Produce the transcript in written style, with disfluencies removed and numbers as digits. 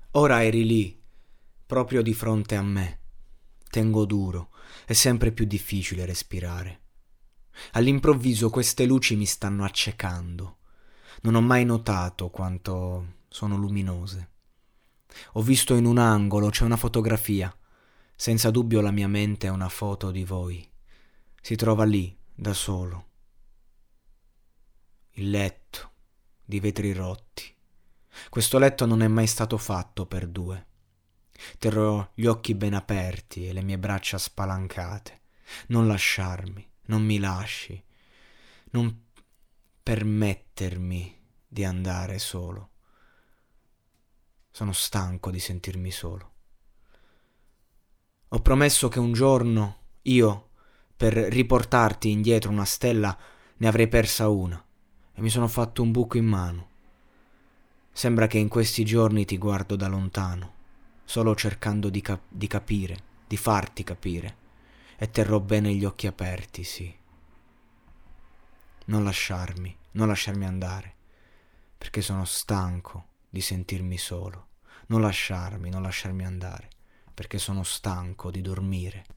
Ora eri lì, proprio di fronte a me. Tengo duro, è sempre più difficile respirare. All'improvviso queste luci mi stanno accecando. Non ho mai notato quanto sono luminose. Ho visto in un angolo c'è una fotografia. Senza dubbio la mia mente è una foto di voi. Si trova lì, da solo. Il letto, di vetri rotti. Questo letto non è mai stato fatto per due. Terrò gli occhi ben aperti e le mie braccia spalancate. Non lasciarmi, non mi lasci, non permettermi di andare solo. Sono stanco di sentirmi solo. Ho promesso che un giorno io, per riportarti indietro una stella, ne avrei persa una e mi sono fatto un buco in mano. Sembra che in questi giorni ti guardo da lontano, solo cercando di capire, di farti capire, e terrò bene gli occhi aperti, sì. Non lasciarmi andare, perché sono stanco di sentirmi solo. Non lasciarmi andare, perché sono stanco di dormire.